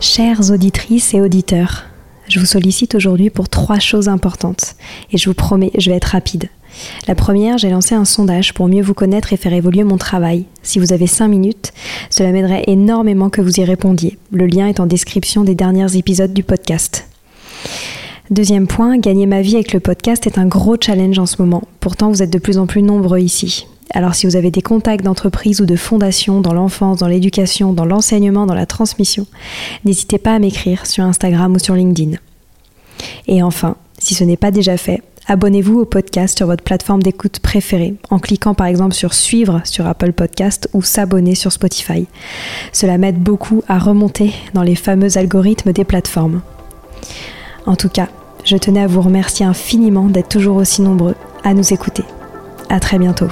Chères auditrices et auditeurs, je vous sollicite aujourd'hui pour 3 choses importantes et je vous promets, je vais être rapide. La première, j'ai lancé un sondage pour mieux vous connaître et faire évoluer mon travail. Si vous avez 5 minutes, cela m'aiderait énormément que vous y répondiez. Le lien est en description des derniers épisodes du podcast. Deuxième point, gagner ma vie avec le podcast est un gros challenge en ce moment. Pourtant, vous êtes de plus en plus nombreux ici. Alors si vous avez des contacts d'entreprises ou de fondations dans l'enfance, dans l'éducation, dans l'enseignement, dans la transmission, n'hésitez pas à m'écrire sur Instagram ou sur LinkedIn. Et enfin, si ce n'est pas déjà fait, abonnez-vous au podcast sur votre plateforme d'écoute préférée en cliquant par exemple sur suivre sur Apple Podcast ou s'abonner sur Spotify. Cela m'aide beaucoup à remonter dans les fameux algorithmes des plateformes. En tout cas, je tenais à vous remercier infiniment d'être toujours aussi nombreux à nous écouter. À très bientôt.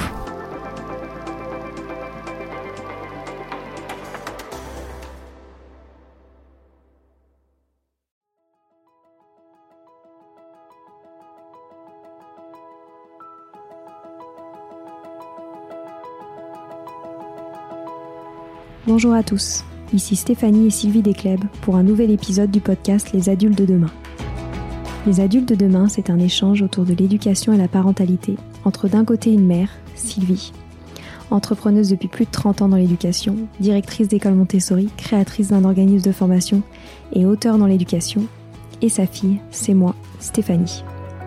Bonjour à tous, ici Stéphanie et Sylvie Descleb pour un nouvel épisode du podcast Les Adultes de demain. Les Adultes de demain, c'est un échange autour de l'éducation et la parentalité entre d'un côté une mère, Sylvie, entrepreneuse depuis plus de 30 ans dans l'éducation, directrice d'école Montessori, créatrice d'un organisme de formation et auteure dans l'éducation, et sa fille, c'est moi, Stéphanie.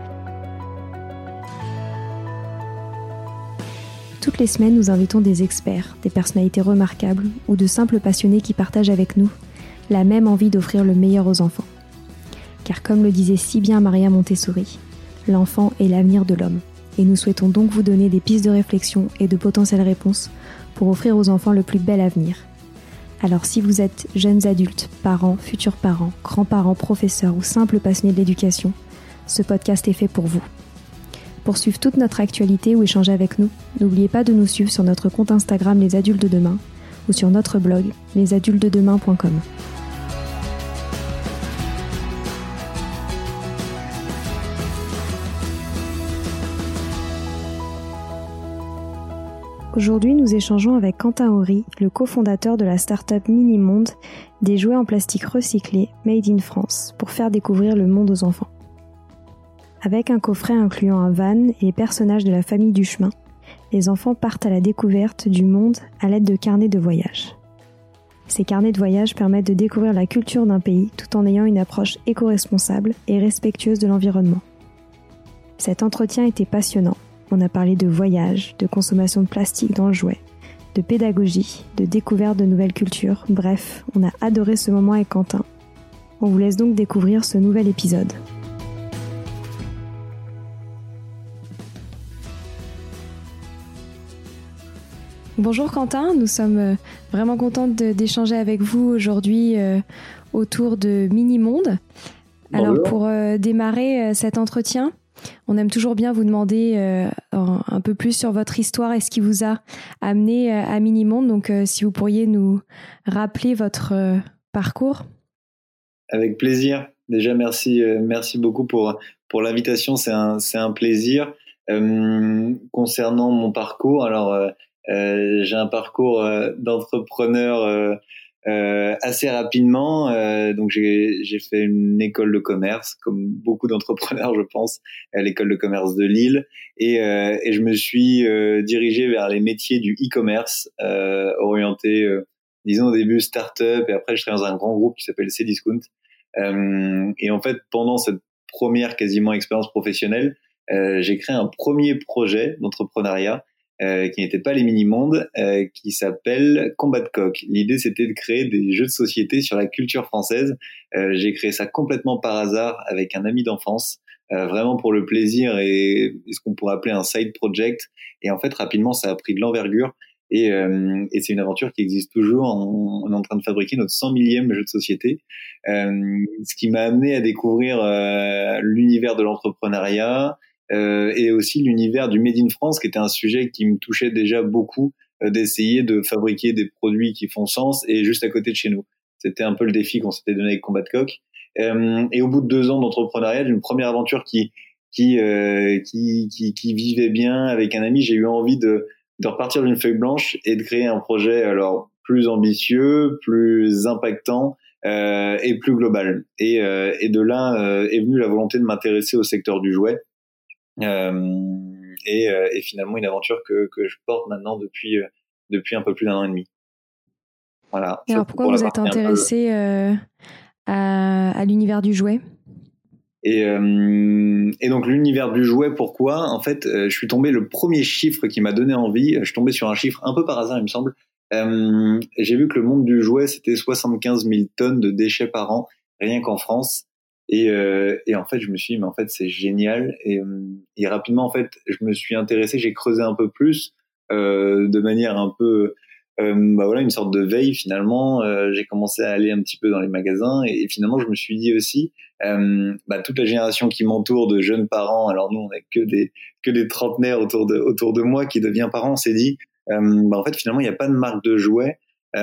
Toutes les semaines, nous invitons des experts, des personnalités remarquables ou de simples passionnés qui partagent avec nous la même envie d'offrir le meilleur aux enfants. Car comme le disait si bien Maria Montessori, l'enfant est l'avenir de l'homme. Et nous souhaitons donc vous donner des pistes de réflexion et de potentielles réponses pour offrir aux enfants le plus bel avenir. Alors si vous êtes jeunes adultes, parents, futurs parents, grands-parents, professeurs ou simples passionnés de l'éducation, ce podcast est fait pour vous. Pour suivre toute notre actualité ou échanger avec nous, n'oubliez pas de nous suivre sur notre compte Instagram Les Adultes de Demain ou sur notre blog lesadultesdedemain.com. Aujourd'hui, nous échangeons avec Quentin Horry, le cofondateur de la start-up Mini-Monde, des jouets en plastique recyclés Made in France, pour faire découvrir le monde aux enfants. Avec un coffret incluant un van et les personnages de la famille du chemin, les enfants partent à la découverte du monde à l'aide de carnets de voyage. Ces carnets de voyage permettent de découvrir la culture d'un pays tout en ayant une approche éco-responsable et respectueuse de l'environnement. Cet entretien était passionnant. On a parlé de voyage, de consommation de plastique dans le jouet, de pédagogie, de découverte de nouvelles cultures. Bref, on a adoré ce moment avec Quentin. On vous laisse donc découvrir ce nouvel épisode. Bonjour Quentin, nous sommes vraiment contentes d'échanger avec vous aujourd'hui autour de Mini-Monde. Alors pour démarrer cet entretien, on aime toujours bien vous demander un peu plus sur votre histoire et ce qui vous a amené à Mini-Monde. Donc si vous pourriez nous rappeler votre parcours. Avec plaisir. Déjà merci beaucoup pour l'invitation, c'est un plaisir. Concernant mon parcours, alors j'ai un parcours d'entrepreneur assez rapidement, donc j'ai fait une école de commerce comme beaucoup d'entrepreneurs je pense, à l'école de commerce de Lille, et je me suis dirigé vers les métiers du e-commerce, orienté disons au début start-up, et après je travaillais dans un grand groupe qui s'appelle Cdiscount, et en fait pendant cette première quasiment expérience professionnelle, j'ai créé un premier projet d'entrepreneuriat qui n'était pas les mini-mondes, qui s'appelle Combat de coq. L'idée, c'était de créer des jeux de société sur la culture française. J'ai créé ça complètement par hasard avec un ami d'enfance, vraiment pour le plaisir et ce qu'on pourrait appeler un side project. Et en fait, rapidement, ça a pris de l'envergure. Et c'est une aventure qui existe toujours. On est en train de fabriquer notre 100 millième jeu de société, ce qui m'a amené à découvrir l'univers de l'entrepreneuriat, et aussi l'univers du Made in France, qui était un sujet qui me touchait déjà beaucoup, d'essayer de fabriquer des produits qui font sens et juste à côté de chez nous. C'était un peu le défi qu'on s'était donné avec Combat de coq. Et au bout de 2 ans d'entrepreneuriat, d'une première aventure qui vivait bien avec un ami, j'ai eu envie de repartir d'une feuille blanche et de créer un projet alors plus ambitieux, plus impactant, et plus globale. Et de là est venue la volonté de m'intéresser au secteur du jouet. Et finalement une aventure que je porte maintenant depuis un peu plus d'1 an et demi. Voilà. Et alors pourquoi vous êtes intéressé à l'univers du jouet? Et donc l'univers du jouet, pourquoi? En fait, je suis tombé, le premier chiffre qui m'a donné envie, je suis tombé sur un chiffre un peu par hasard, il me semble. J'ai vu que le monde du jouet, c'était 75 000 tonnes de déchets par an, rien qu'en France. Et en fait, je me suis dit, mais en fait, c'est génial. Et rapidement, en fait, je me suis intéressé, j'ai creusé un peu plus, de manière un peu, voilà, une sorte de veille finalement. J'ai commencé à aller un petit peu dans les magasins et finalement, je me suis dit aussi, toute la génération qui m'entoure de jeunes parents, alors nous, on n'est que des trentenaires autour de moi qui devient parents, on s'est dit, en fait, finalement, il n'y a pas de marque de jouets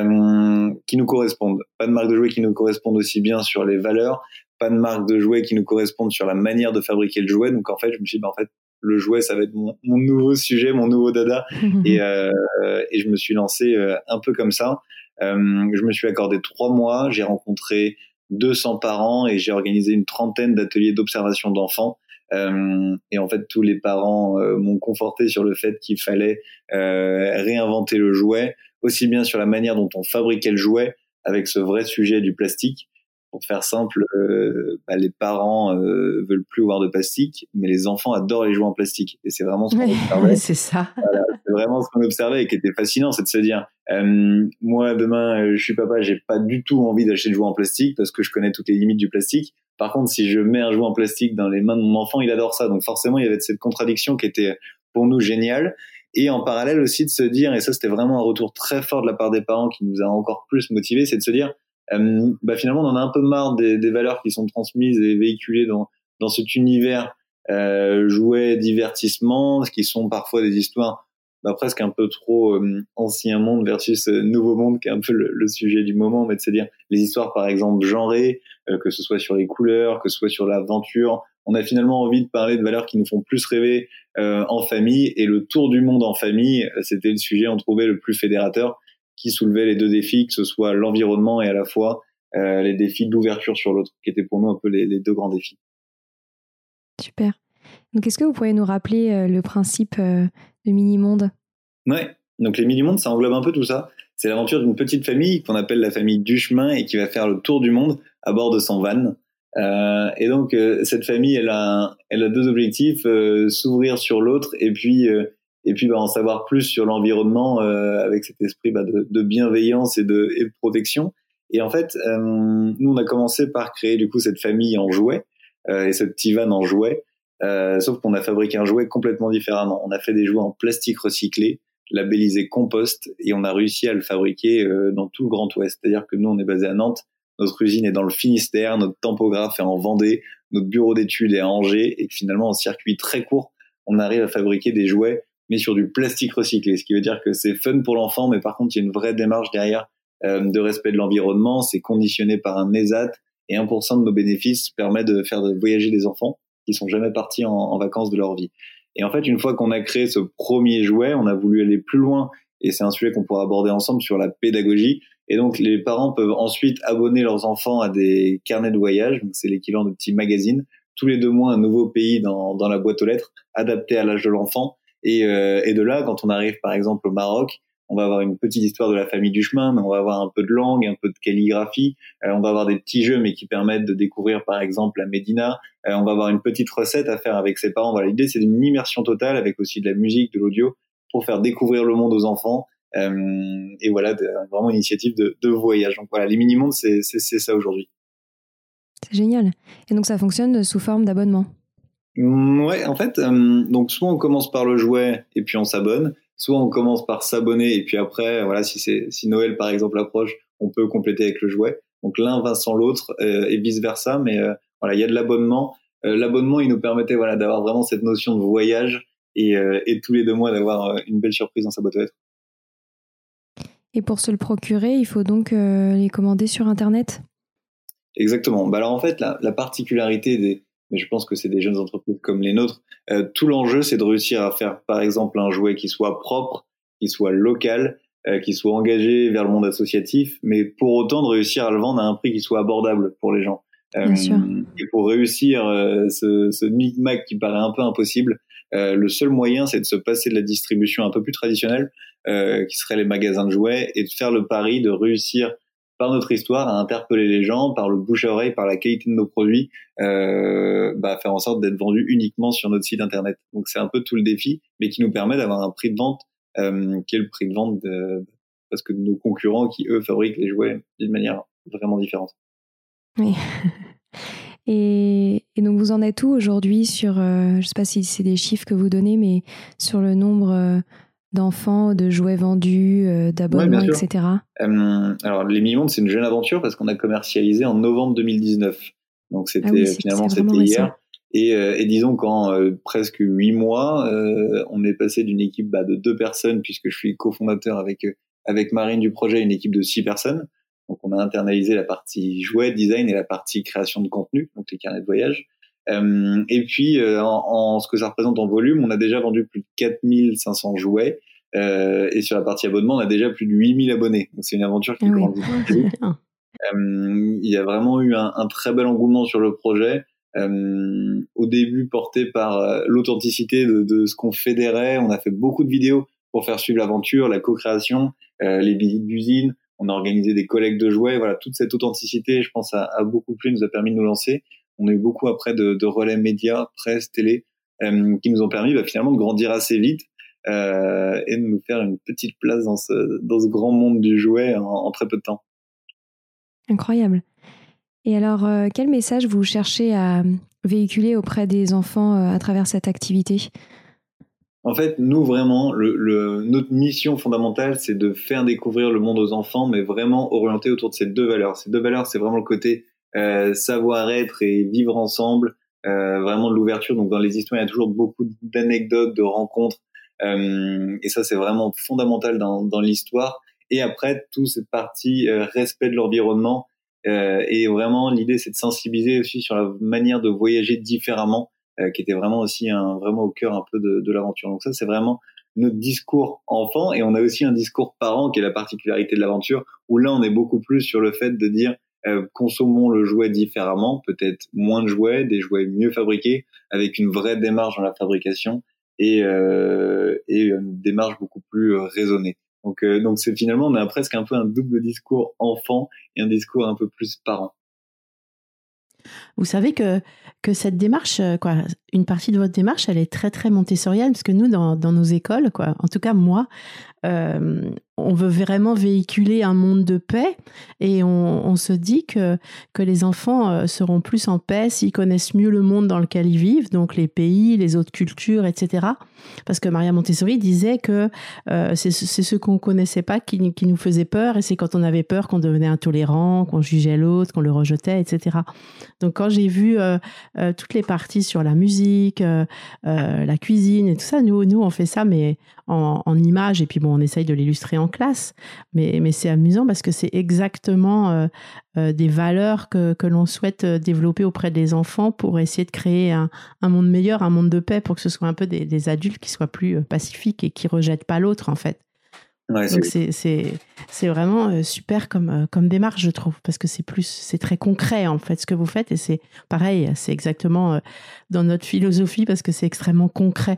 qui nous correspondent. Pas de marque de jouets qui nous correspondent aussi bien sur les valeurs, pas de marque de jouets qui nous correspondent sur la manière de fabriquer le jouet. Donc en fait, je me suis dit, en fait, le jouet, ça va être mon nouveau sujet, mon nouveau dada. Et je me suis lancé un peu comme ça. Je me suis accordé 3 mois, j'ai rencontré 200 parents et j'ai organisé une trentaine d'ateliers d'observation d'enfants. Et en fait, tous les parents m'ont conforté sur le fait qu'il fallait réinventer le jouet, aussi bien sur la manière dont on fabriquait le jouet, avec ce vrai sujet du plastique. Pour faire simple, les parents veulent plus voir de plastique, mais les enfants adorent les jouets en plastique. Et c'est vraiment ce qu'on observait. C'est ça. Voilà, c'est vraiment ce qu'on observait et qui était fascinant, c'est de se dire, moi demain, je suis papa, j'ai pas du tout envie d'acheter de jouets en plastique parce que je connais toutes les limites du plastique. Par contre, si je mets un jouet en plastique dans les mains de mon enfant, il adore ça. Donc forcément, il y avait cette contradiction qui était pour nous géniale. Et en parallèle aussi de se dire, et ça c'était vraiment un retour très fort de la part des parents qui nous a encore plus motivés, c'est de se dire, finalement on en a un peu marre des valeurs qui sont transmises et véhiculées dans cet univers jouets, divertissement, qui sont parfois des histoires presque un peu trop ancien monde versus nouveau monde, qui est un peu le sujet du moment, mais de se dire les histoires par exemple genrées, que ce soit sur les couleurs, que ce soit sur l'aventure. On a finalement envie de parler de valeurs qui nous font plus rêver en famille, et le tour du monde en famille, c'était le sujet on trouvait le plus fédérateur, qui soulevait les deux défis, que ce soit l'environnement et à la fois les défis d'ouverture sur l'autre, qui étaient pour nous un peu les deux grands défis. Super. Donc est-ce que vous pourriez nous rappeler le principe de Mini-Monde? Ouais, donc les Mini-Mondes, ça englobe un peu tout ça. C'est l'aventure d'une petite famille qu'on appelle la famille Duchemin et qui va faire le tour du monde à bord de son van. Et donc cette famille, elle a 2 objectifs, s'ouvrir sur l'autre et puis en savoir plus sur l'environnement avec cet esprit de bienveillance et de protection. Et en fait, nous on a commencé par créer du coup cette famille en jouets et ce petit van en jouets. Sauf qu'on a fabriqué un jouet complètement différemment. On a fait des jouets en plastique recyclé, labellisé compost, et on a réussi à le fabriquer dans tout le Grand Ouest. C'est-à-dire que nous, on est basé à Nantes, notre usine est dans le Finistère, notre tampographe est en Vendée, notre bureau d'études est à Angers, et que finalement, en circuit très court, on arrive à fabriquer des jouets, mais sur du plastique recyclé. Ce qui veut dire que c'est fun pour l'enfant, mais par contre, il y a une vraie démarche derrière de respect de l'environnement. C'est conditionné par un ESAT, et 1% de nos bénéfices permet de faire voyager des enfants qui sont jamais partis en vacances de leur vie. Et en fait, une fois qu'on a créé ce premier jouet, on a voulu aller plus loin, et c'est un sujet qu'on pourra aborder ensemble sur la pédagogie. Et donc, les parents peuvent ensuite abonner leurs enfants à des carnets de voyage, donc c'est l'équivalent de petits magazines, tous les 2 mois un nouveau pays dans la boîte aux lettres, adapté à l'âge de l'enfant. Et de là, quand on arrive par exemple au Maroc, on va avoir une petite histoire de la famille Duchemin, mais on va avoir un peu de langue, un peu de calligraphie. On va avoir des petits jeux, mais qui permettent de découvrir, par exemple, la Médina. On va avoir une petite recette à faire avec ses parents. Voilà, l'idée, c'est une immersion totale avec aussi de la musique, de l'audio, pour faire découvrir le monde aux enfants. Et voilà, vraiment une initiative de voyage. Donc voilà, les mini-mondes, c'est ça aujourd'hui. C'est génial. Et donc ça fonctionne sous forme d'abonnement? Ouais, en fait, donc soit on commence par le jouet et puis on s'abonne, soit on commence par s'abonner et puis après, voilà, si Noël par exemple approche, on peut compléter avec le jouet. Donc l'un va sans l'autre et vice versa, mais voilà, il y a de l'abonnement. L'abonnement, il nous permettait voilà d'avoir vraiment cette notion de voyage et tous les 2 mois d'avoir une belle surprise dans sa boîte aux lettres. Et pour se le procurer, il faut donc les commander sur Internet? Exactement. Alors en fait, la particularité mais je pense que c'est des jeunes entreprises comme les nôtres, tout l'enjeu c'est de réussir à faire par exemple un jouet qui soit propre, qui soit local, qui soit engagé vers le monde associatif, mais pour autant de réussir à le vendre à un prix qui soit abordable pour les gens. Bien sûr. Et pour réussir ce micmac qui paraît un peu impossible, le seul moyen, c'est de se passer de la distribution un peu plus traditionnelle, qui serait les magasins de jouets, et de faire le pari de réussir par notre histoire à interpeller les gens, par le bouche à oreille, par la qualité de nos produits, faire en sorte d'être vendus uniquement sur notre site internet. Donc c'est un peu tout le défi, mais qui nous permet d'avoir un prix de vente qui est le prix de vente parce que nos concurrents qui eux fabriquent les jouets d'une manière vraiment différente. Oui. Et donc vous en êtes où aujourd'hui sur, je ne sais pas si c'est des chiffres que vous donnez, mais sur le nombre d'enfants, de jouets vendus, d'abonnements, etc. Alors les Mini-Mondes, c'est une jeune aventure parce qu'on a commercialisé en novembre 2019. Donc c'était hier. Et disons qu'en presque 8 mois, on est passé d'une équipe de 2 personnes, puisque je suis cofondateur avec Marine du projet, une équipe de 6 personnes. Donc on a internalisé la partie jouet, design et la partie création de contenu, donc les carnets de voyage. Et puis en ce que ça représente en volume, on a déjà vendu plus de 4500 jouets. Et sur la partie abonnement, on a déjà plus de 8000 abonnés. Donc c'est une aventure qui grandit. Il y a vraiment eu un très bel engouement sur le projet. Au début porté par l'authenticité de ce qu'on fédérait. On a fait beaucoup de vidéos pour faire suivre l'aventure, la co-création, les visites d'usine. On a organisé des collectes de jouets. Voilà, toute cette authenticité, je pense, a beaucoup plu, nous a permis de nous lancer. On a eu beaucoup après de relais médias, presse, télé, qui nous ont permis finalement de grandir assez vite et de nous faire une petite place dans ce grand monde du jouet en très peu de temps. Incroyable. Et alors, quel message vous cherchez à véhiculer auprès des enfants à travers cette activité ? En fait, nous, vraiment, notre mission fondamentale, c'est de faire découvrir le monde aux enfants, mais vraiment orienté autour de ces 2 valeurs. Ces 2 valeurs, c'est vraiment le côté savoir-être et vivre ensemble, vraiment de l'ouverture. Donc, dans les histoires, il y a toujours beaucoup d'anecdotes, de rencontres, et ça, c'est vraiment fondamental dans l'histoire. Et après, toute cette partie respect de l'environnement, et vraiment, l'idée, c'est de sensibiliser aussi sur la manière de voyager différemment, qui était vraiment aussi vraiment au cœur un peu de l'aventure. Donc ça, c'est vraiment notre discours enfant, et on a aussi un discours parent qui est la particularité de l'aventure, où là, on est beaucoup plus sur le fait de dire consommons le jouet différemment, peut-être moins de jouets, des jouets mieux fabriqués, avec une vraie démarche dans la fabrication et une démarche beaucoup plus raisonnée. Donc c'est finalement, on a presque un peu un double discours enfant et un discours un peu plus parent. Vous savez que cette démarche, une partie de votre démarche, elle est très, très montessorienne, parce que nous, dans nos écoles, en tout cas moi, on veut vraiment véhiculer un monde de paix, et on se dit que les enfants seront plus en paix s'ils connaissent mieux le monde dans lequel ils vivent, donc les pays, les autres cultures, etc. Parce que Maria Montessori disait que c'est ce qu'on connaissait pas qui nous faisait peur, et c'est quand on avait peur qu'on devenait intolérant, qu'on jugeait l'autre, qu'on le rejetait, etc. Donc quand j'ai vu toutes les parties sur la musique, la cuisine et tout ça, nous on fait ça, mais en images, et puis bon, on essaye de l'illustrer en classe, mais c'est amusant parce que c'est exactement des valeurs que l'on souhaite développer auprès des enfants pour essayer de créer un monde meilleur, un monde de paix, pour que ce soit un peu des adultes qui soient plus pacifiques et qui rejettent pas l'autre, en fait. Ouais, donc c'est vraiment super comme démarche, je trouve, parce que c'est très concret, en fait, ce que vous faites, et c'est pareil, c'est exactement dans notre philosophie, parce que c'est extrêmement concret.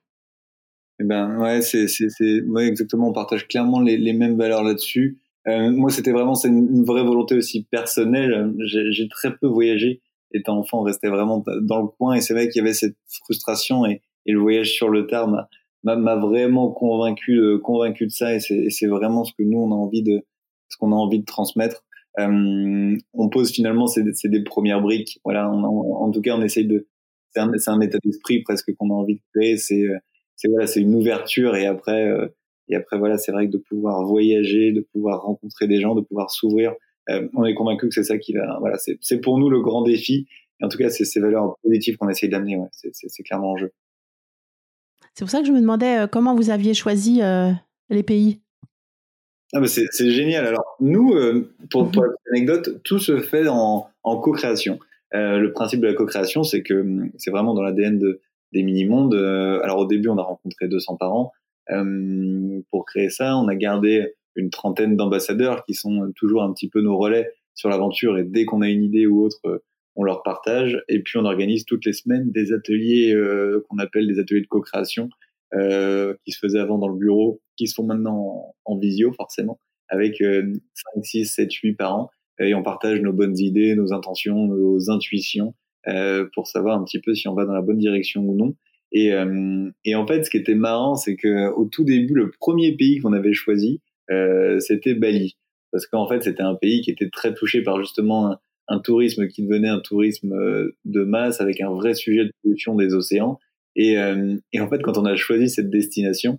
Ouais, ouais, exactement. On partage clairement les mêmes valeurs là-dessus. Moi, c'est une vraie volonté aussi personnelle. J'ai très peu voyagé. Étant enfant, on restait vraiment dans le coin, et c'est vrai qu'il y avait cette frustration, et le voyage sur le tard m'a vraiment convaincu de ça, et c'est vraiment ce que nous on a envie de transmettre. On pose finalement c'est des premières briques. Voilà, en tout cas, on essaye c'est un état d'esprit presque qu'on a envie de créer. C'est une ouverture, et après voilà, c'est vrai que de pouvoir voyager, de pouvoir rencontrer des gens, de pouvoir s'ouvrir, on est convaincu que c'est ça qui va, voilà, c'est pour nous le grand défi, et en tout cas c'est ces valeurs positives qu'on essaye d'amener. Ouais, c'est clairement en jeu. C'est pour ça que je me demandais comment vous aviez choisi les pays. Ah, c'est génial. Alors nous, pour la petite anecdote, tout se fait en co-création. Le principe de la co-création, c'est que c'est vraiment dans l'ADN des Mini-Mondes. Alors au début, on a rencontré 200 parents, pour créer ça. On a gardé une 30aine d'ambassadeurs qui sont toujours un petit peu nos relais sur l'aventure, et dès qu'on a une idée ou autre, on leur partage. Et puis on organise toutes les semaines des ateliers qu'on appelle des ateliers de co-création, qui se faisaient avant dans le bureau, qui se font maintenant en visio forcément, avec 5, 6, 7, 8 par an, et on partage nos bonnes idées, nos intentions, nos intuitions, pour savoir un petit peu si on va dans la bonne direction ou non. Et en fait, ce qui était marrant, c'est que au tout début, le premier pays qu'on avait choisi, c'était Bali, parce qu'en fait, c'était un pays qui était très touché par justement un tourisme qui devenait un tourisme de masse, avec un vrai sujet de pollution des océans. Et en fait, quand on a choisi cette destination,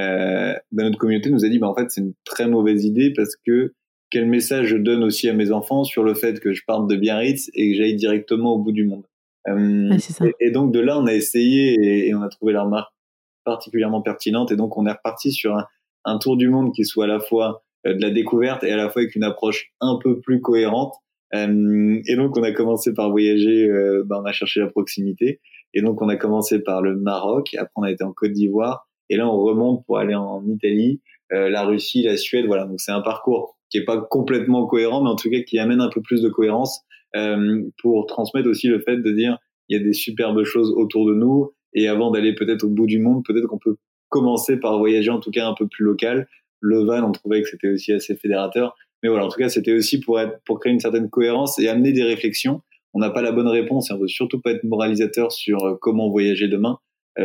notre communauté nous a dit, en fait, c'est une très mauvaise idée, parce que quel message je donne aussi à mes enfants sur le fait que je parte de Biarritz et que j'aille directement au bout du monde. Ouais, c'est ça. Et donc de là, on a essayé, et on a trouvé la remarque particulièrement pertinente, et donc on est reparti sur un tour du monde qui soit à la fois de la découverte et à la fois avec une approche un peu plus cohérente. Et donc on a commencé par voyager, on a cherché la proximité, et donc on a commencé par le Maroc, après on a été en Côte d'Ivoire, et là on remonte pour aller en Italie, la Russie, la Suède. Voilà, donc c'est un parcours qui est pas complètement cohérent, mais en tout cas qui amène un peu plus de cohérence, pour transmettre aussi le fait de dire il y a des superbes choses autour de nous, et avant d'aller peut-être au bout du monde, peut-être qu'on peut commencer par voyager en tout cas un peu plus local. Le van, on trouvait que c'était aussi assez fédérateur, mais voilà, en tout cas c'était aussi pour créer une certaine cohérence et amener des réflexions. On n'a pas la bonne réponse, et on veut surtout pas être moralisateur sur comment voyager demain.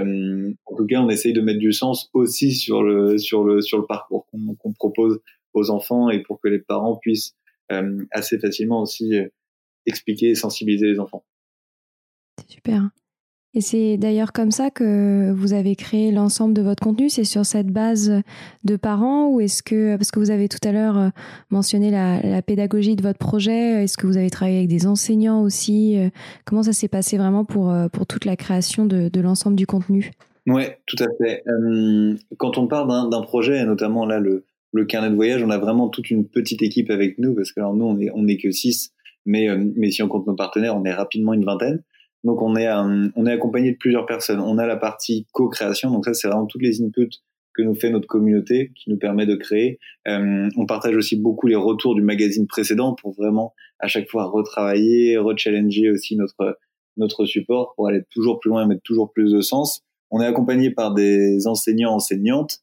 En tout cas, on essaye de mettre du sens aussi sur le parcours qu'on propose aux enfants, et pour que les parents puissent assez facilement aussi expliquer et sensibiliser les enfants. C'est super. Et c'est d'ailleurs comme ça que vous avez créé l'ensemble de votre contenu? C'est sur cette base de parents, ou est-ce que, parce que vous avez tout à l'heure mentionné la pédagogie de votre projet, est-ce que vous avez travaillé avec des enseignants aussi? Comment ça s'est passé vraiment pour toute la création de l'ensemble du contenu? Ouais, tout à fait. Quand on part d'un projet, et notamment là le carnet de voyage, on a vraiment toute une petite équipe avec nous, parce que alors nous on est que 6, mais si on compte nos partenaires, on est rapidement une vingtaine. Donc on est accompagné de plusieurs personnes. On a la partie co-création, donc ça c'est vraiment toutes les inputs que nous fait notre communauté, qui nous permet de créer. On partage aussi beaucoup les retours du magazine précédent, pour vraiment à chaque fois retravailler, rechallenger aussi notre support, pour aller toujours plus loin et mettre toujours plus de sens. On est accompagné par des enseignants-enseignantes,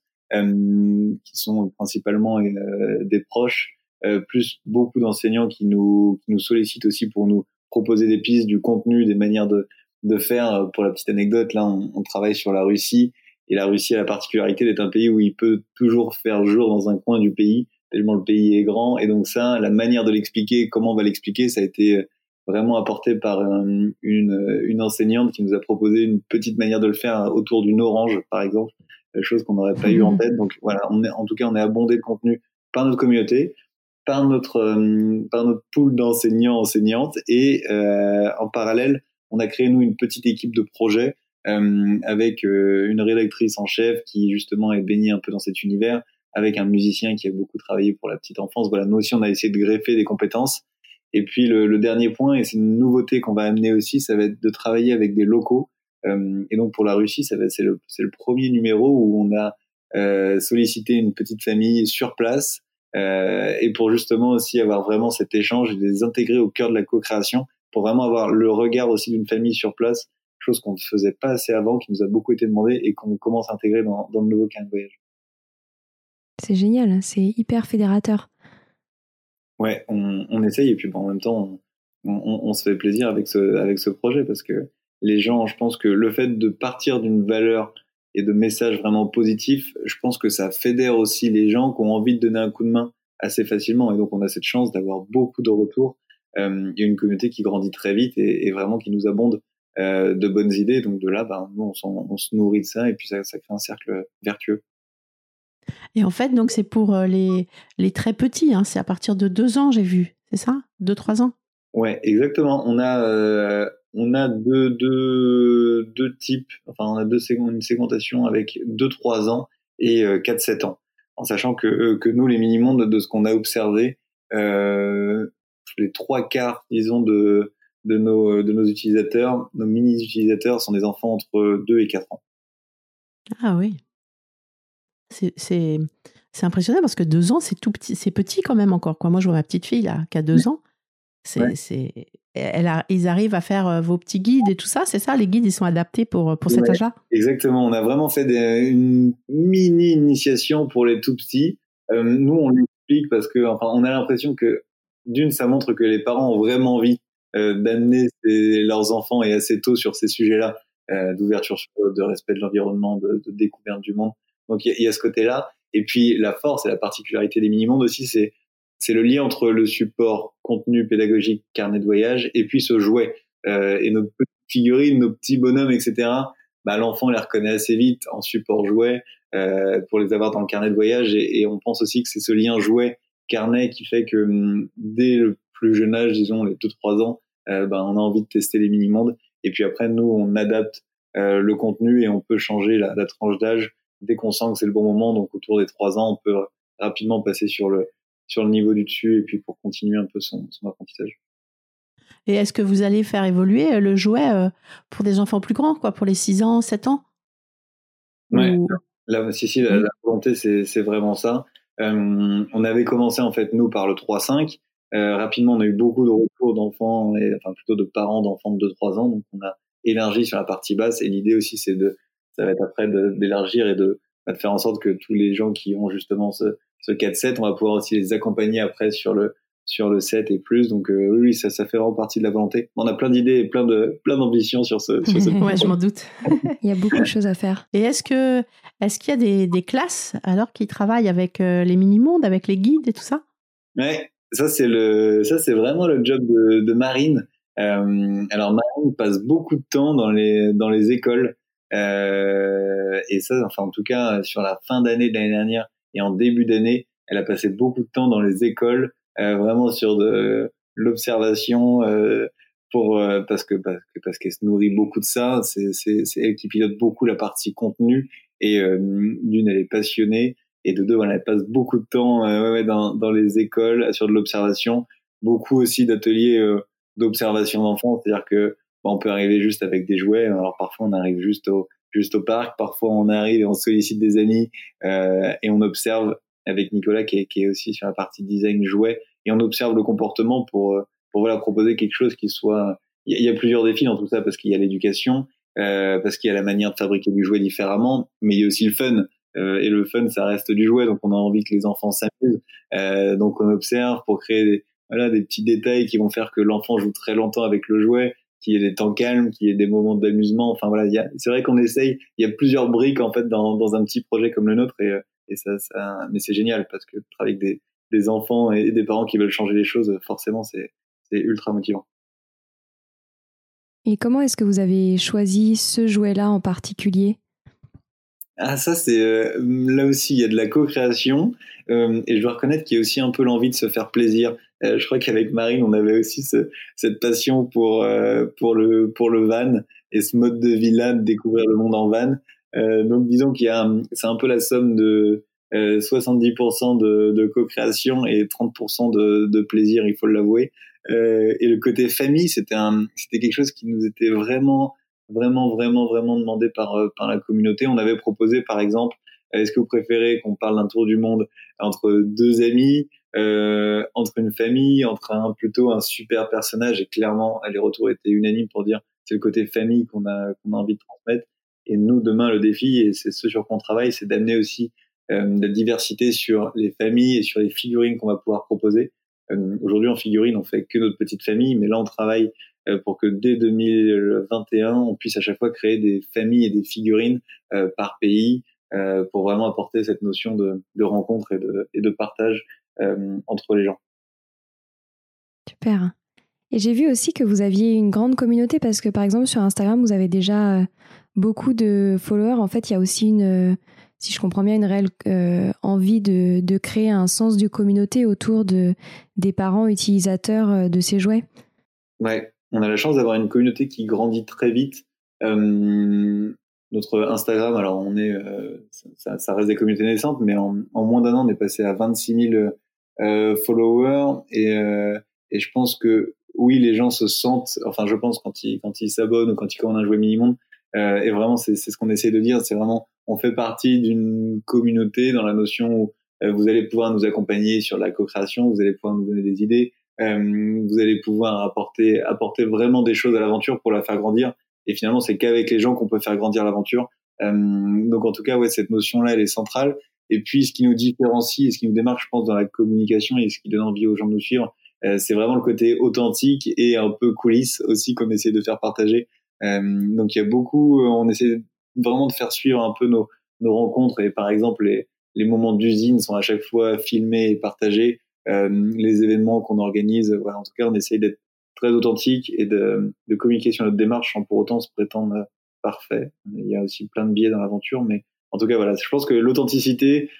qui sont principalement des proches, plus beaucoup d'enseignants qui nous sollicitent aussi pour nous proposer des pistes, du contenu, des manières de faire. Pour la petite anecdote, là, on travaille sur la Russie, et la Russie a la particularité d'être un pays où il peut toujours faire jour dans un coin du pays, tellement le pays est grand. Et donc ça, la manière de l'expliquer, comment on va l'expliquer, ça a été vraiment apporté par une enseignante qui nous a proposé une petite manière de le faire autour d'une orange, par exemple, chose qu'on n'aurait pas eu en tête. Donc voilà, en tout cas, on est abondé de contenu par notre communauté, par notre pool d'enseignants, enseignantes, et en parallèle, on a créé nous une petite équipe de projet, avec une rédactrice en chef qui justement est baignée un peu dans cet univers, avec un musicien qui a beaucoup travaillé pour la petite enfance. Voilà, nous aussi on a essayé de greffer des compétences. Et puis le dernier point, et c'est une nouveauté qu'on va amener aussi, ça va être de travailler avec des locaux. Et donc pour la Russie, c'est le premier numéro où on a sollicité une petite famille sur place, et pour justement aussi avoir vraiment cet échange et les intégrer au cœur de la co-création, pour vraiment avoir le regard aussi d'une famille sur place, chose qu'on ne faisait pas assez avant, qui nous a beaucoup été demandé, et qu'on commence à intégrer dans le nouveau carnet de voyage. C'est génial, c'est hyper fédérateur. Ouais, on essaye, et puis en même temps, on se fait plaisir avec ce projet, parce que les gens, je pense que le fait de partir d'une valeur et de messages vraiment positifs, je pense que ça fédère aussi les gens qui ont envie de donner un coup de main assez facilement. Et donc on a cette chance d'avoir beaucoup de retours. Il y a une communauté qui grandit très vite, et vraiment qui nous abonde de bonnes idées. Donc de là, nous on se nourrit de ça, et puis ça crée un cercle vertueux. Et en fait, donc c'est pour les très petits, hein, c'est à partir de 2 ans, j'ai vu, c'est ça? 2-3 ans? Ouais, exactement. On a deux types, enfin on a une segmentation avec 2-3 ans et 4-7 ans. En sachant que nous, les mini-mondes, de ce qu'on a observé, les 3 quarts, disons, de nos utilisateurs, nos mini-utilisateurs, sont des enfants entre 2 et 4 ans. Ah oui. C'est impressionnant parce que 2 ans, c'est tout petit, c'est petit quand même encore, quoi. Moi, je vois ma petite fille là, qui a 2 ans. Ouais. Ils arrivent à faire vos petits guides et tout ça, c'est ça? Les guides, ils sont adaptés pour cet Ouais, âge-là? exactement. On a vraiment fait une mini initiation pour les tout petits. Nous, on l'explique parce que, enfin, on a l'impression que d'une, ça montre que les parents ont vraiment envie d'amener leurs enfants et assez tôt sur ces sujets-là, d'ouverture, de respect de l'environnement, de découverte du monde. Donc, il y a ce côté-là. Et puis, la force et la particularité des mini-mondes aussi, c'est le lien entre le support contenu pédagogique, carnet de voyage, et puis ce jouet. Et nos petites figurines, nos petits bonhommes, etc. Bah, l'enfant les reconnaît assez vite en support jouet pour les avoir dans le carnet de voyage. Et on pense aussi que c'est ce lien jouet-carnet qui fait que dès le plus jeune âge, disons les 2-3 ans, bah, on a envie de tester les mini-mondes. Et puis après, nous, on adapte le contenu et on peut changer la tranche d'âge dès qu'on sent que c'est le bon moment. Donc autour des 3 ans, on peut rapidement passer sur le niveau du dessus et puis pour continuer un peu son apprentissage. Et est-ce que vous allez faire évoluer le jouet pour des enfants plus grands, quoi, pour les 6 ans, 7 ans? Ouais, Ou... la Oui. volonté, c'est vraiment ça. On avait commencé en fait nous par le 3-5. Rapidement, on a eu beaucoup de retours d'enfants et enfin plutôt de parents d'enfants de 2-3 ans. Donc on a élargi sur la partie basse. Et l'idée aussi, ça va être après d'élargir et de faire en sorte que tous les gens qui ont justement ce 4-7, on va pouvoir aussi les accompagner après sur le 7 et plus. Donc oui, ça fait vraiment partie de la volonté. On a plein d'idées et plein d'ambitions sur ce. Ouais, je m'en doute. Il y a beaucoup de choses à faire. Et est-ce qu'il y a des classes alors qui travaillent avec les mini-mondes, avec les guides et tout ça? Ouais, ça c'est vraiment le job de Marine. Alors Marine passe beaucoup de temps dans les écoles et ça, enfin en tout cas sur la fin d'année de l'année dernière et en début d'année, elle a passé beaucoup de temps dans les écoles, vraiment sur de l'observation parce qu'elle se nourrit beaucoup de ça. C'est elle qui pilote beaucoup la partie contenu et d'une elle est passionnée. Et de deux, voilà, elle passe beaucoup de temps dans les écoles sur de l'observation, beaucoup aussi d'ateliers d'observation d'enfants, c'est-à-dire que on peut arriver juste avec des jouets. Alors parfois on arrive juste au parc, parfois on arrive et on sollicite des amis et on observe avec Nicolas qui est aussi sur la partie design jouets et on observe le comportement pour voilà proposer quelque chose qui soit. Il y a plusieurs défis dans tout ça parce qu'il y a l'éducation, parce qu'il y a la manière de fabriquer du jouet différemment, mais il y a aussi le fun. Et le fun, ça reste du jouet, donc on a envie que les enfants s'amusent. Donc on observe pour créer des petits détails qui vont faire que l'enfant joue très longtemps avec le jouet, qu'il y ait des temps calmes, qu'il y ait des moments d'amusement. Enfin voilà, c'est vrai qu'on essaye. Il y a plusieurs briques en fait dans un petit projet comme le nôtre, et ça, mais c'est génial parce que travailler avec des enfants et des parents qui veulent changer les choses, forcément, c'est ultra motivant. Et comment est-ce que vous avez choisi ce jouet-là en particulier ? Ah, ça, c'est là aussi, il y a de la co-création et je dois reconnaître qu'il y a aussi un peu l'envie de se faire plaisir. Je crois qu'avec Marine, on avait aussi cette passion pour le van et ce mode de vie-là, de découvrir le monde en van. Donc, disons c'est un peu la somme de 70% de co-création et 30% de plaisir, il faut l'avouer. Et le côté famille, c'était quelque chose qui nous était vraiment vraiment demandé par la communauté. On avait proposé par exemple, est-ce que vous préférez qu'on parle d'un tour du monde entre deux amis, entre une famille, entre plutôt un super personnage, et clairement les retours étaient unanimes pour dire c'est le côté famille qu'on a envie de transmettre. Et nous demain le défi, et c'est ce sur quoi on travaille, c'est d'amener aussi de la diversité sur les familles et sur les figurines qu'on va pouvoir proposer. Aujourd'hui en figurine on fait que notre petite famille, mais là on travaille pour que dès 2021, on puisse à chaque fois créer des familles et des figurines par pays pour vraiment apporter cette notion de rencontre et de partage entre les gens. Super. Et j'ai vu aussi que vous aviez une grande communauté parce que par exemple sur Instagram, vous avez déjà beaucoup de followers. En fait, il y a aussi si je comprends bien, une réelle envie de créer un sens de communauté autour des parents utilisateurs de ces jouets. Ouais, on a la chance d'avoir une communauté qui grandit très vite. Notre Instagram, alors on est, ça reste des communautés naissantes, mais en moins d'un an, on est passé à 26 000 followers et je pense que oui, les gens se sentent, enfin je pense quand ils s'abonnent ou quand ils commandent un jouet minimum, et vraiment c'est ce qu'on essaie de dire, c'est vraiment on fait partie d'une communauté dans la notion où vous allez pouvoir nous accompagner sur la co-création, vous allez pouvoir nous donner des idées, vous allez pouvoir apporter vraiment des choses à l'aventure pour la faire grandir. Et finalement, c'est qu'avec les gens qu'on peut faire grandir l'aventure. Donc en tout cas, ouais, cette notion-là, elle est centrale. Et puis, ce qui nous différencie et ce qui nous démarque, je pense, dans la communication et ce qui donne envie aux gens de nous suivre, c'est vraiment le côté authentique et un peu coulisses aussi qu'on essaie de faire partager. Donc il y a beaucoup, on essaie vraiment de faire suivre un peu nos rencontres. Et par exemple, les moments d'usine sont à chaque fois filmés et partagés. Les événements qu'on organise, voilà, en tout cas, on essaie d'être très authentique et de communiquer sur notre démarche sans pour autant se prétendre parfait. Il y a aussi plein de biais dans l'aventure, mais en tout cas, voilà, je pense que l'authenticité,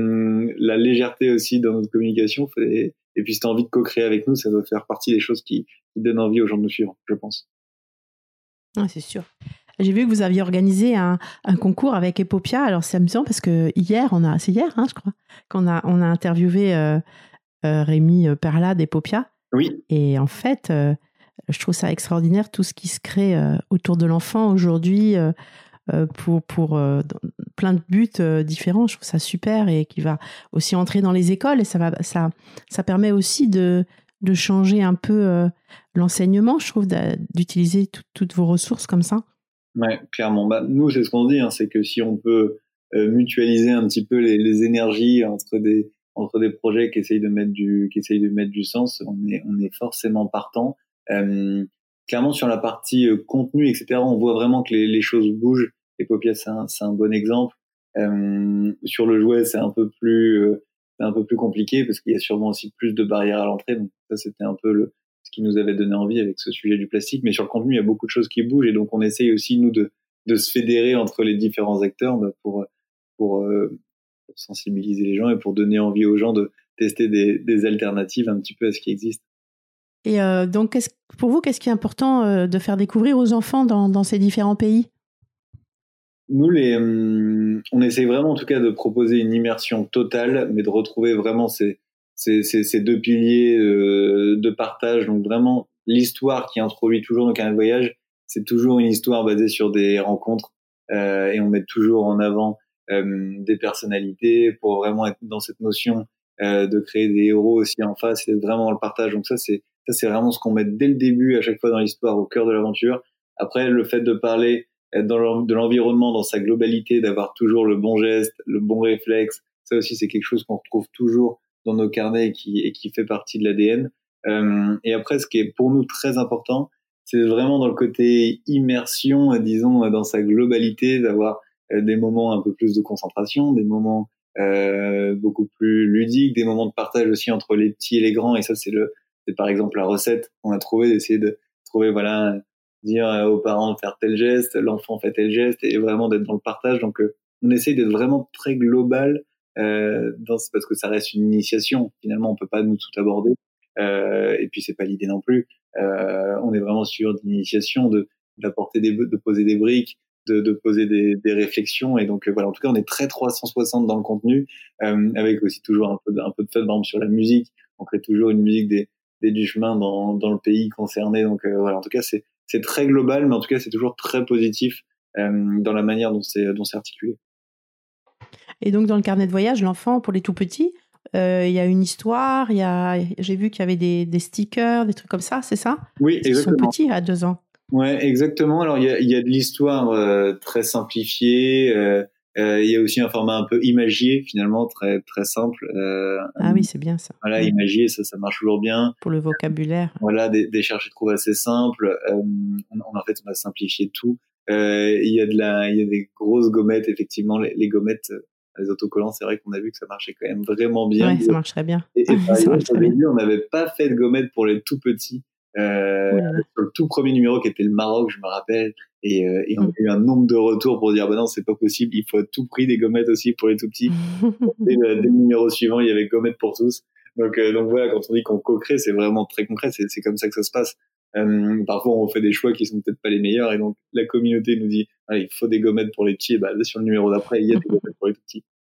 la légèreté aussi dans notre communication, et puis cette envie de co-créer avec nous, ça doit faire partie des choses qui donnent envie aux gens de nous suivre, je pense. Ouais, c'est sûr. J'ai vu que vous aviez organisé un concours avec Epopia. Alors, c'est amusant parce que c'est hier, je crois, qu'on a interviewé Rémi Perla d'Epopia. Oui. Et en fait, je trouve ça extraordinaire tout ce qui se crée autour de l'enfant aujourd'hui pour plein de buts différents. Je trouve ça super et qui va aussi entrer dans les écoles. Et ça permet aussi de changer un peu l'enseignement, je trouve, d'utiliser toutes vos ressources comme ça. Ouais, clairement. Nous, c'est ce qu'on dit, c'est que si on peut mutualiser un petit peu les énergies entre des projets qui essayent de mettre du sens, on est forcément partant. Clairement, sur la partie contenu, etc., on voit vraiment que les choses bougent. Epopia, c'est un bon exemple. Sur le jouet, c'est un peu plus compliqué parce qu'il y a sûrement aussi plus de barrières à l'entrée. Donc ça, c'était un peu ce qui nous avait donné envie avec ce sujet du plastique. Mais sur le contenu, il y a beaucoup de choses qui bougent et donc on essaye aussi nous de se fédérer entre les différents acteurs pour sensibiliser les gens et pour donner envie aux gens de tester des alternatives un petit peu à ce qui existe. Et donc, pour vous, qu'est-ce qui est important de faire découvrir aux enfants dans ces différents pays ? Nous, on essaye vraiment en tout cas de proposer une immersion totale, mais de retrouver vraiment ces deux piliers de partage. Donc vraiment, l'histoire qui introduit toujours nos carnets de voyage, c'est toujours une histoire basée sur des rencontres et on met toujours en avant des personnalités pour vraiment être dans cette notion de créer des héros aussi en face et d'être vraiment dans le partage. Donc ça, c'est vraiment ce qu'on met dès le début à chaque fois dans l'histoire, au cœur de l'aventure. Après, le fait de parler de l'environnement dans sa globalité, d'avoir toujours le bon geste, le bon réflexe, ça aussi c'est quelque chose qu'on retrouve toujours dans nos carnets et qui fait partie de l'ADN. Et après, ce qui est pour nous très important, c'est vraiment dans le côté immersion, disons, dans sa globalité, d'avoir des moments un peu plus de concentration, des moments beaucoup plus ludiques, des moments de partage aussi entre les petits et les grands. Et ça, c'est par exemple la recette qu'on a trouvée, d'essayer de trouver, voilà, dire aux parents de faire tel geste, l'enfant fait tel geste, et vraiment d'être dans le partage. Donc, on essaye d'être vraiment très global, parce que ça reste une initiation. Finalement, on peut pas nous tout aborder, et puis c'est pas l'idée non plus. On est vraiment sur l'initiation, d'apporter de poser des briques, de poser des réflexions, et donc voilà. En tout cas, on est très 360 dans le contenu, avec aussi toujours un peu de fun, par exemple sur la musique. On crée toujours une musique des du chemin dans le pays concerné. Donc voilà. En tout cas, c'est très global, mais en tout cas, c'est toujours très positif dans la manière dont c'est articulé. Et donc, dans le carnet de voyage, l'enfant, pour les tout petits, il y a une histoire, j'ai vu qu'il y avait des stickers, des trucs comme ça, c'est ça ? Oui, exactement. Ils sont petits à 2 ans. Ouais, exactement. Alors, il y a de l'histoire très simplifiée. Il y a aussi un format un peu imagier, finalement, très, très simple. Oui, c'est bien ça. Voilà, imagier, ça marche toujours bien. Pour le vocabulaire. Voilà, des cherches et trouves assez simples. En fait, on a simplifié tout. Il y a des grosses gommettes, effectivement. Les gommettes, les autocollants, c'est vrai qu'on a vu que ça marchait quand même vraiment bien. Ouais, ça marcherait bien. Et par exemple, au début, on n'avait pas fait de gommettes pour les tout petits. Sur le tout premier numéro qui était le Maroc, je me rappelle, et on a eu un nombre de retours pour dire non, c'est pas possible, il faut à tout prix des gommettes aussi pour les tout petits. Dès le numéro suivant, il y avait gommettes pour tous. Donc voilà, quand on dit qu'on co-crée, c'est vraiment très concret, c'est comme ça que ça se passe. Parfois on fait des choix qui sont peut-être pas les meilleurs, et donc la communauté nous dit il faut des gommettes pour les petits, et sur le numéro d'après il y a des gommettes pour les tout petits.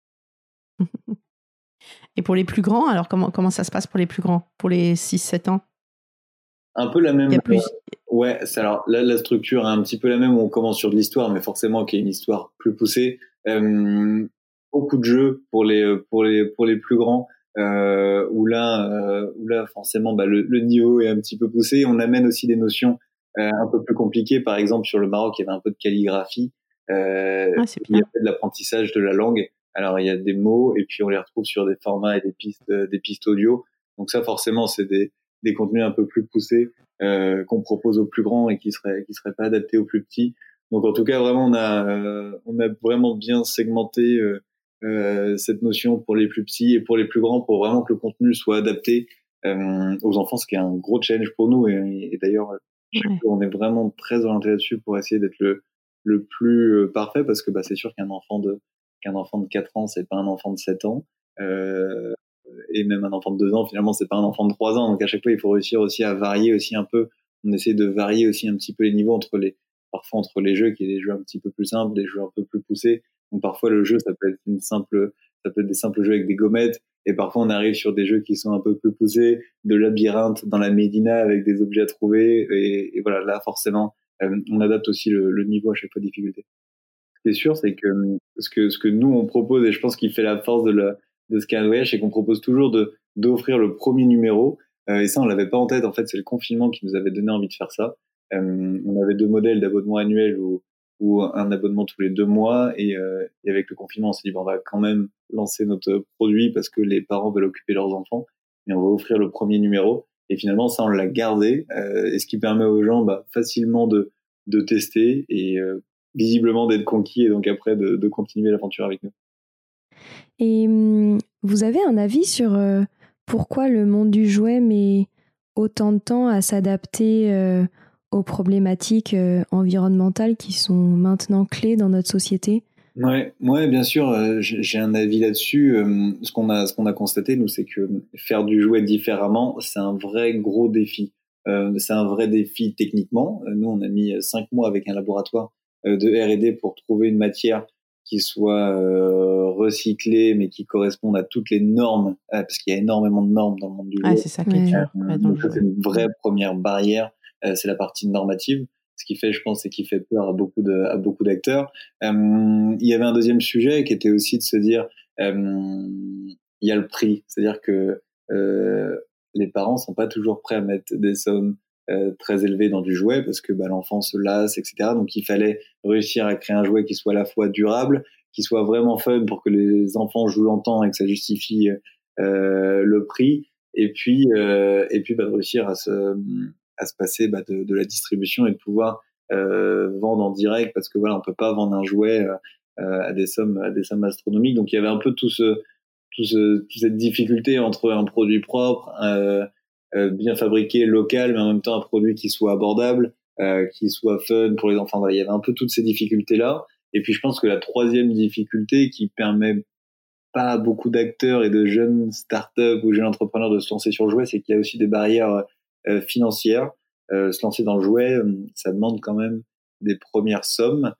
Et pour les plus grands, alors comment ça se passe pour les plus grands, pour les 6-7 ans? Un peu la même. Il y a plus. Ouais, alors là, la structure est un petit peu la même. On commence sur de l'histoire, mais forcément qu'il y a une histoire plus poussée. Beaucoup de jeux pour les plus grands, où là forcément le niveau est un petit peu poussé. On amène aussi des notions un peu plus compliquées. Par exemple, sur le Maroc, il y avait un peu de calligraphie. C'est Il y bien. avait de l'apprentissage de la langue. Alors il y a des mots et puis on les retrouve sur des formats et des pistes audio. Donc ça forcément c'est des contenus un peu plus poussés qu'on propose aux plus grands et qui seraient pas adaptés aux plus petits. Donc en tout cas vraiment on a vraiment bien segmenté cette notion pour les plus petits et pour les plus grands pour vraiment que le contenu soit adapté aux enfants, ce qui est un gros challenge pour nous et d'ailleurs on est vraiment très orienté là-dessus pour essayer d'être le plus parfait parce que c'est sûr qu'un enfant de 4 ans c'est pas un enfant de 7 ans et même un enfant de 2 ans finalement c'est pas un enfant de 3 ans, donc à chaque fois il faut réussir aussi à varier aussi un peu. On essaie de varier aussi un petit peu les niveaux parfois entre les jeux, qui est des jeux un petit peu plus simples, des jeux un peu plus poussés. Donc parfois le jeu ça peut être des simples jeux avec des gommettes, et parfois on arrive sur des jeux qui sont un peu plus poussés, de labyrinthe dans la Médina avec des objets à trouver, et voilà, là forcément on adapte aussi le niveau à chaque fois de difficulté. Ce qui est sûr, c'est que ce que nous on propose, et je pense qu'il fait la force de ce qu'est un voyage, c'est qu'on propose toujours d'offrir le premier numéro. Et ça, on l'avait pas en tête. En fait, c'est le confinement qui nous avait donné envie de faire ça. On avait 2 modèles d'abonnement annuel ou un abonnement tous les 2 mois. Et avec le confinement, on s'est dit, on va quand même lancer notre produit parce que les parents veulent occuper leurs enfants. Et on va offrir le premier numéro. Et finalement, ça, on l'a gardé. Et ce qui permet aux gens facilement de tester et visiblement d'être conquis et donc après de continuer l'aventure avec nous. Et vous avez un avis sur pourquoi le monde du jouet met autant de temps à s'adapter aux problématiques environnementales qui sont maintenant clés dans notre société ? Ouais, bien sûr, j'ai un avis là-dessus. Ce qu'on a constaté, nous, c'est que faire du jouet différemment, c'est un vrai gros défi. C'est un vrai défi techniquement. Nous, on a mis 5 mois avec un laboratoire de R&D pour trouver une matière qui soit recyclée, mais qui corresponde à toutes les normes, parce qu'il y a énormément de normes dans le monde du jouet. C'est ça qui est dur. Donc ça, c'est une vraie première barrière. C'est la partie normative. Ce qui fait, je pense, c'est qui fait peur à beaucoup d'acteurs. Il y avait un deuxième sujet qui était aussi de se dire, il y a le prix, c'est-à-dire que les parents sont pas toujours prêts à mettre des sommes très élevées dans du jouet parce que l'enfant se lasse, etc. Donc il fallait réussir à créer un jouet qui soit à la fois durable, qui soit vraiment fun pour que les enfants jouent longtemps et que ça justifie le prix, et puis de réussir à se passer de la distribution et de pouvoir vendre en direct, parce que on peut pas vendre un jouet à des sommes astronomiques. Donc il y avait un peu toute cette difficulté entre un produit propre, bien fabriqué, local, mais en même temps un produit qui soit abordable, qui soit fun pour les enfants. Il y avait un peu toutes ces difficultés là. Et puis je pense que la troisième difficulté qui permet pas à beaucoup d'acteurs et de jeunes startups ou jeunes entrepreneurs de se lancer sur le jouet, c'est qu'il y a aussi des barrières financières. Se lancer dans le jouet, ça demande quand même des premières sommes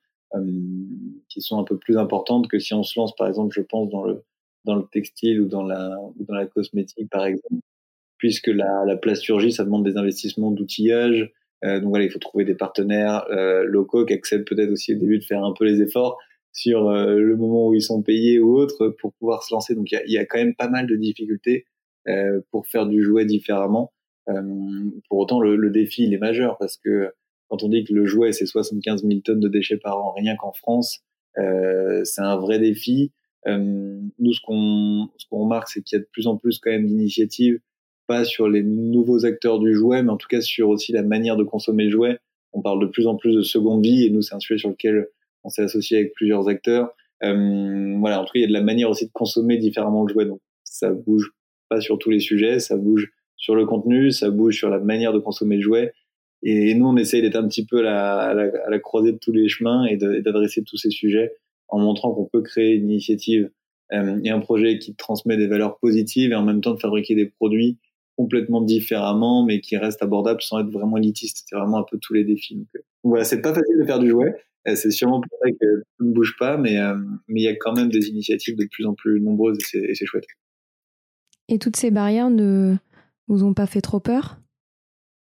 qui sont un peu plus importantes que si on se lance, par exemple, je pense, dans le textile ou dans la cosmétique, par exemple, puisque la plasturgie, ça demande des investissements d'outillage. Donc il faut trouver des partenaires locaux qui acceptent peut-être aussi au début de faire un peu les efforts sur le moment où ils sont payés ou autre pour pouvoir se lancer. Donc il y a quand même pas mal de difficultés pour faire du jouet différemment. Pour autant, le défi, il est majeur, parce que quand on dit que le jouet, c'est 75 000 tonnes de déchets par an, rien qu'en France, c'est un vrai défi. Nous, ce qu'on remarque, c'est qu'il y a de plus en plus quand même d'initiatives, pas sur les nouveaux acteurs du jouet, mais en tout cas sur aussi la manière de consommer le jouet. On parle de plus en plus de seconde vie, et nous, c'est un sujet sur lequel on s'est associé avec plusieurs acteurs. En tout cas, il y a de la manière aussi de consommer différemment le jouet. Donc, ça bouge pas sur tous les sujets, ça bouge sur le contenu, ça bouge sur la manière de consommer le jouet. Et nous, on essaye d'être un petit peu à la croisée de tous les chemins et d'adresser tous ces sujets en montrant qu'on peut créer une initiative et un projet qui transmet des valeurs positives, et en même temps de fabriquer des produits complètement différemment, mais qui restent abordables sans être vraiment élitistes. C'est vraiment un peu tous les défis. Donc voilà, c'est pas facile de faire du jouet. C'est sûrement pour ça que tout ne bouge pas, mais il y a quand même des initiatives de plus en plus nombreuses, et c'est chouette. Et toutes ces barrières ne vous ont pas fait trop peur ?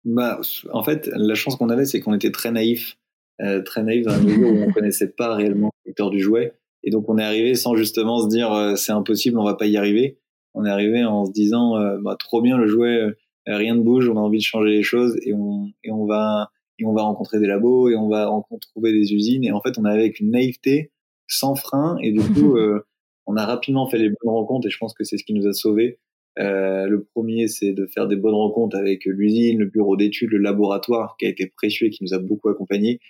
En fait, la chance qu'on avait, c'est qu'on était très naïfs dans la mesure où on connaissait pas réellement le secteur du jouet. Et donc, on est arrivé sans justement se dire c'est impossible, on va pas y arriver. On est arrivé en se disant trop bien le jouet, rien ne bouge, on a envie de changer les choses et on va rencontrer des labos et on va trouver des usines. Et en fait, on est avec une naïveté sans frein et du coup, on a rapidement fait les bonnes rencontres et je pense que c'est ce qui nous a sauvés. Le premier, c'est de faire des bonnes rencontres avec l'usine, le bureau d'études, le laboratoire qui a été précieux et qui nous a beaucoup accompagnés.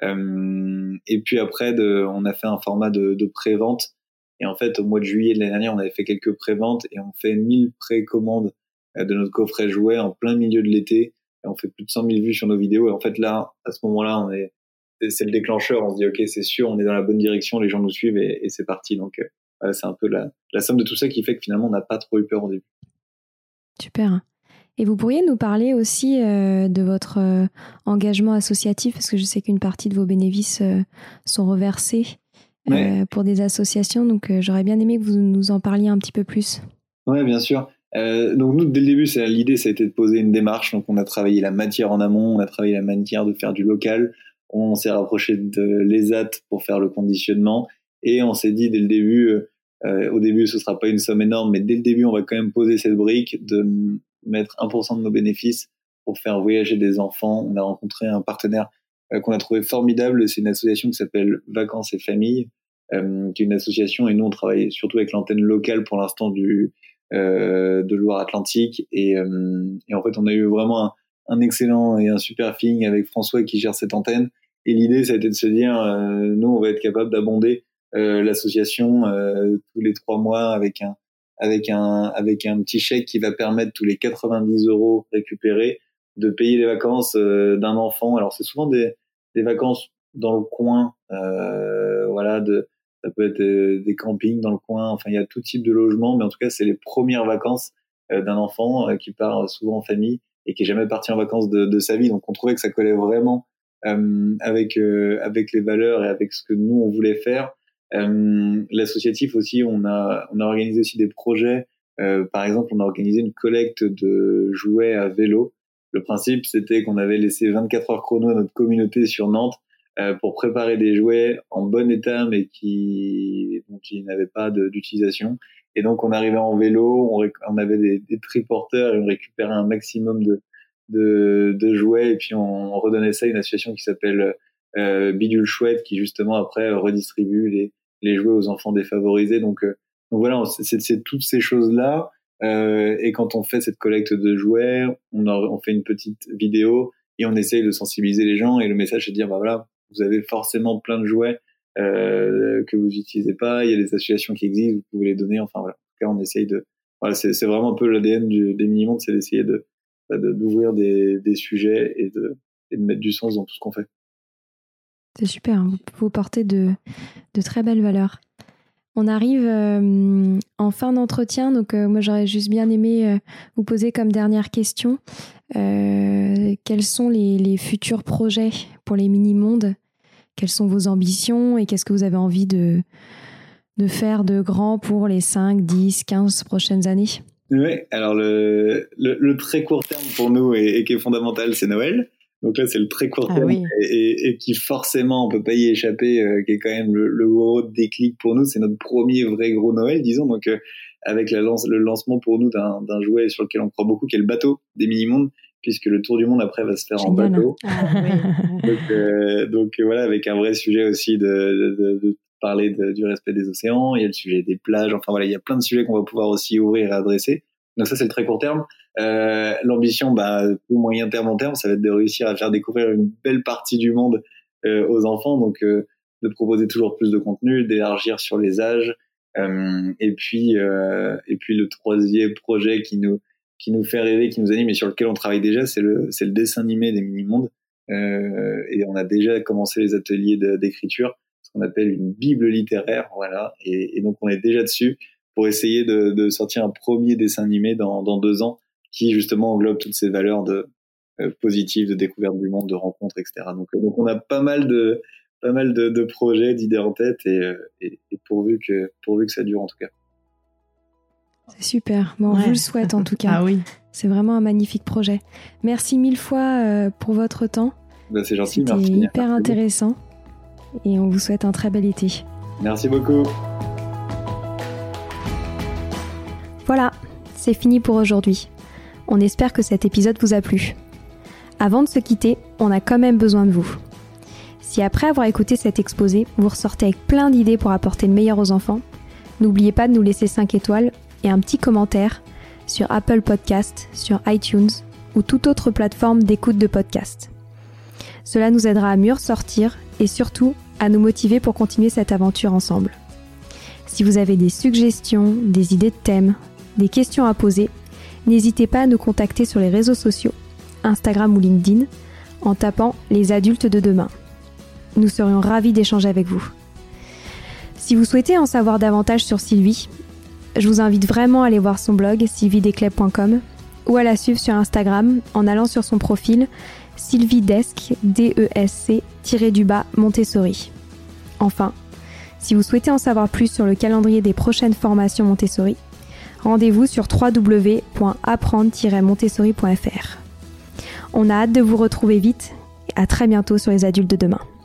Et puis après, on a fait un format de pré-vente. Et en fait, au mois de juillet de l'année dernière, on avait fait quelques pré-ventes et on fait 1000 précommandes de notre coffret jouet en plein milieu de l'été. Et on fait plus de 100 000 vues sur nos vidéos. Et en fait, là, à ce moment-là, c'est le déclencheur. On se dit, OK, c'est sûr, on est dans la bonne direction, les gens nous suivent et c'est parti. Donc, voilà, c'est un peu la somme de tout ça qui fait que finalement, on n'a pas trop eu peur au début. Super. Et vous pourriez nous parler aussi de votre engagement associatif, parce que je sais qu'une partie de vos bénéfices sont reversés pour des associations, donc j'aurais bien aimé que vous nous en parliez un petit peu plus. Oui, bien sûr. Donc nous, dès le début, l'idée, ça a été de poser une démarche. Donc on a travaillé la matière en amont, on a travaillé la manière de faire du local, on s'est rapproché de l'ESAT pour faire le conditionnement, et on s'est dit dès le début, au début, ce sera pas une somme énorme, mais dès le début, on va quand même poser cette brique de mettre 1% de nos bénéfices pour faire voyager des enfants. On a rencontré un partenaire qu'on a trouvé formidable. C'est une association qui s'appelle Vacances et Familles, qui est une association, et nous, on travaille surtout avec l'antenne locale pour l'instant de Loire-Atlantique. Et en fait, on a eu vraiment un excellent et un super feeling avec François qui gère cette antenne. Et l'idée, ça a été de se dire, nous, on va être capable d'abonder l'association tous les 3 mois avec un petit chèque qui va permettre tous les 90 € récupérés de payer les vacances d'un enfant. Alors c'est souvent des vacances dans le coin, voilà, ça peut être des campings dans le coin. Enfin, il y a tout type de logement, mais en tout cas c'est les premières vacances d'un enfant qui part souvent en famille et qui est jamais parti en vacances de sa vie. Donc on trouvait que ça collait vraiment avec les valeurs et avec ce que nous on voulait faire. L'associatif aussi, on a organisé aussi des projets. Par exemple, on a organisé une collecte de jouets à vélo. Le principe, c'était qu'on avait laissé 24 heures chrono à notre communauté sur Nantes pour préparer des jouets en bon état, mais qui n'avaient pas d'utilisation. Et donc, on arrivait en vélo, on avait des triporteurs et on récupérait un maximum de jouets, et puis on redonnait ça à une association qui s'appelle Bidule Chouette, qui justement après redistribue les jouets aux enfants défavorisés. Donc voilà, c'est toutes ces choses-là. Et quand on fait cette collecte de jouets, on fait une petite vidéo et on essaye de sensibiliser les gens. Et le message, c'est de dire, bah voilà, vous avez forcément plein de jouets que vous n'utilisez pas. Il y a des associations qui existent, vous pouvez les donner. Enfin voilà, en tout cas, on essaye de. Voilà, c'est vraiment un peu l'ADN des mini-mondes, c'est d'essayer d'ouvrir des sujets et de mettre du sens dans tout ce qu'on fait. C'est super, vous portez de très belles valeurs. On arrive en fin d'entretien, donc moi j'aurais juste bien aimé vous poser comme dernière question quels sont les futurs projets pour les mini-mondes ? Quelles sont vos ambitions et qu'est-ce que vous avez envie de faire de grand pour les 5, 10, 15 prochaines années ? Oui, alors le très court terme pour nous et qui est fondamental, c'est Noël. Donc là, c'est le très court terme et qui forcément, on peut pas y échapper, qui est quand même le gros déclic pour nous. C'est notre premier vrai gros Noël, disons. Donc avec le lancement pour nous d'un jouet sur lequel on croit beaucoup, qui est le bateau des mini-mondes, puisque le tour du monde après va se faire Génial. En bateau. Ah, oui. donc voilà, avec un vrai sujet aussi de parler du respect des océans. Il y a le sujet des plages. Enfin voilà, il y a plein de sujets qu'on va pouvoir aussi ouvrir et adresser. Donc ça, c'est le très court terme. L'ambition, au moyen terme, long terme, ça va être de réussir à faire découvrir une belle partie du monde aux enfants. Donc de proposer toujours plus de contenu, d'élargir sur les âges. Et puis le troisième projet qui nous fait rêver, qui nous anime et sur lequel on travaille déjà, c'est le dessin animé des mini-mondes. Et on a déjà commencé les ateliers d'écriture, ce qu'on appelle une bible littéraire, voilà. Et donc on est déjà dessus pour essayer de sortir un premier dessin animé dans 2 ans qui justement englobe toutes ces valeurs positives de découverte du monde, de rencontres, etc. Donc on a pas mal de projets, d'idées en tête et pourvu que ça dure en tout cas. C'est super. Bon, on vous le souhaite en tout cas. Ah oui. C'est vraiment un magnifique projet. Merci 1000 fois pour votre temps. C'est gentil, merci. C'était hyper intéressant. Et on vous souhaite un très bel été. Merci beaucoup. Voilà, c'est fini pour aujourd'hui. On espère que cet épisode vous a plu. Avant de se quitter, on a quand même besoin de vous. Si après avoir écouté cet exposé, vous ressortez avec plein d'idées pour apporter le meilleur aux enfants, n'oubliez pas de nous laisser 5 étoiles et un petit commentaire sur Apple Podcast, sur iTunes ou toute autre plateforme d'écoute de podcast. Cela nous aidera à mieux ressortir et surtout à nous motiver pour continuer cette aventure ensemble. Si vous avez des suggestions, des idées de thèmes, des questions à poser, n'hésitez pas à nous contacter sur les réseaux sociaux, Instagram ou LinkedIn, en tapant « Les adultes de demain ». Nous serions ravis d'échanger avec vous. Si vous souhaitez en savoir davantage sur Sylvie, je vous invite vraiment à aller voir son blog sylviedesclèves.com ou à la suivre sur Instagram en allant sur son profil sylviedesc, Montessori. Enfin, si vous souhaitez en savoir plus sur le calendrier des prochaines formations Montessori, rendez-vous sur www.apprendre-montessori.fr. On a hâte de vous retrouver vite et à très bientôt sur Les Adultes de demain.